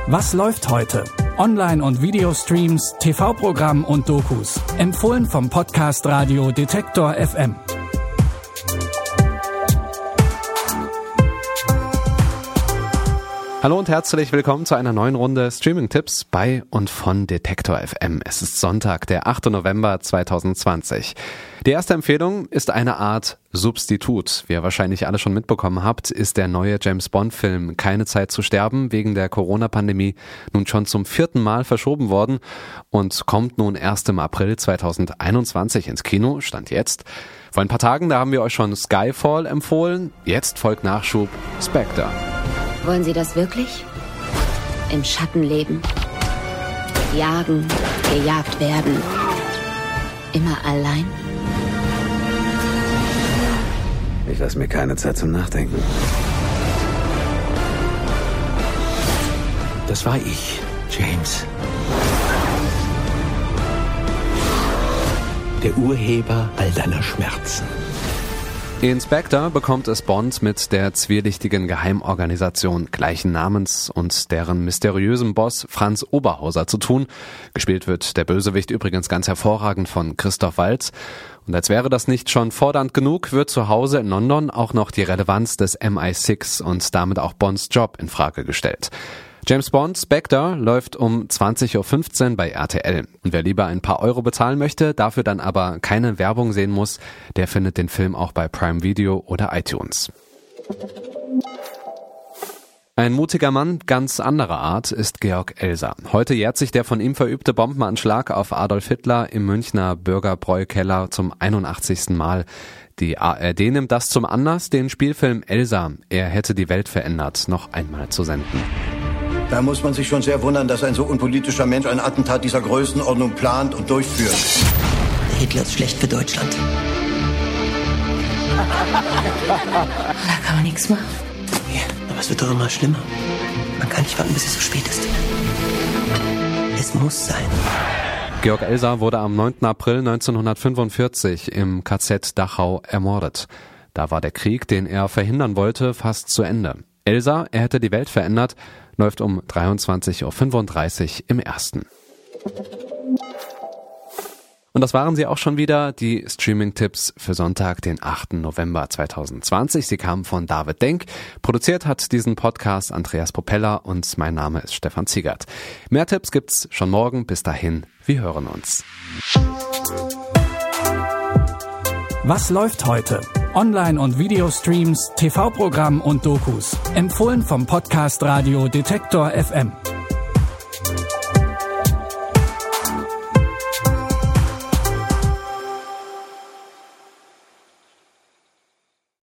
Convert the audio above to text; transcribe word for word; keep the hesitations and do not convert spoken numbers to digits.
Was läuft heute? Online- und Videostreams, T V-Programm und Dokus. Empfohlen vom Podcast Radio Detektor F M. Hallo und herzlich willkommen zu einer neuen Runde Streaming-Tipps bei und von Detektor F M. Es ist Sonntag, der achte November zweitausendzwanzig. Die erste Empfehlung ist eine Art Substitut. Wie ihr wahrscheinlich alle schon mitbekommen habt, ist der neue James-Bond-Film Keine Zeit zu sterben wegen der Corona-Pandemie nun schon zum vierten Mal verschoben worden und kommt nun erst im April zweitausendeinundzwanzig ins Kino, Stand jetzt. Vor ein paar Tagen, da haben wir euch schon Skyfall empfohlen. Jetzt folgt Nachschub Spectre. Wollen Sie das wirklich? Im Schatten leben, jagen, gejagt werden, immer allein? Ich lasse mir keine Zeit zum Nachdenken. Das war ich, James. Der Urheber all deiner Schmerzen. In Spectre bekommt es Bond mit der zwielichtigen Geheimorganisation gleichen Namens und deren mysteriösem Boss Franz Oberhauser zu tun. Gespielt wird der Bösewicht übrigens ganz hervorragend von Christoph Waltz. Und als wäre das nicht schon fordernd genug, wird zu Hause in London auch noch die Relevanz des M I sechs und damit auch Bonds Job in Frage gestellt. James Bond Spectre läuft um zwanzig Uhr fünfzehn bei R T L. Und wer lieber ein paar Euro bezahlen möchte, dafür dann aber keine Werbung sehen muss, der findet den Film auch bei Prime Video oder iTunes. Ein mutiger Mann ganz anderer Art ist Georg Elser. Heute jährt sich der von ihm verübte Bombenanschlag auf Adolf Hitler im Münchner Bürgerbräukeller zum einundachtzigsten Mal. Die A R D nimmt das zum Anlass, den Spielfilm Elsa, er hätte die Welt verändert, noch einmal zu senden. Da muss man sich schon sehr wundern, dass ein so unpolitischer Mensch ein Attentat dieser Größenordnung plant und durchführt. Hitler ist schlecht für Deutschland. Da kann man nichts machen. Ja, aber es wird doch immer schlimmer. Man kann nicht warten, bis es so spät ist. Es muss sein. Georg Elser wurde am neunten April neunzehnhundertfünfundvierzig im K Z Dachau ermordet. Da war der Krieg, den er verhindern wollte, fast zu Ende. Elsa, er hätte die Welt verändert, läuft um dreiundzwanzig Uhr fünfunddreißig im Ersten. Und das waren sie auch schon wieder, die Streaming-Tipps für Sonntag, den achten November zweitausendzwanzig. Sie kamen von David Denk. Produziert hat diesen Podcast Andreas Propeller und mein Name ist Stefan Ziegert. Mehr Tipps gibt's schon morgen. Bis dahin, wir hören uns. Was läuft heute? Online- und Videostreams, T V-Programm und Dokus. Empfohlen vom Podcast Radio Detektor F M.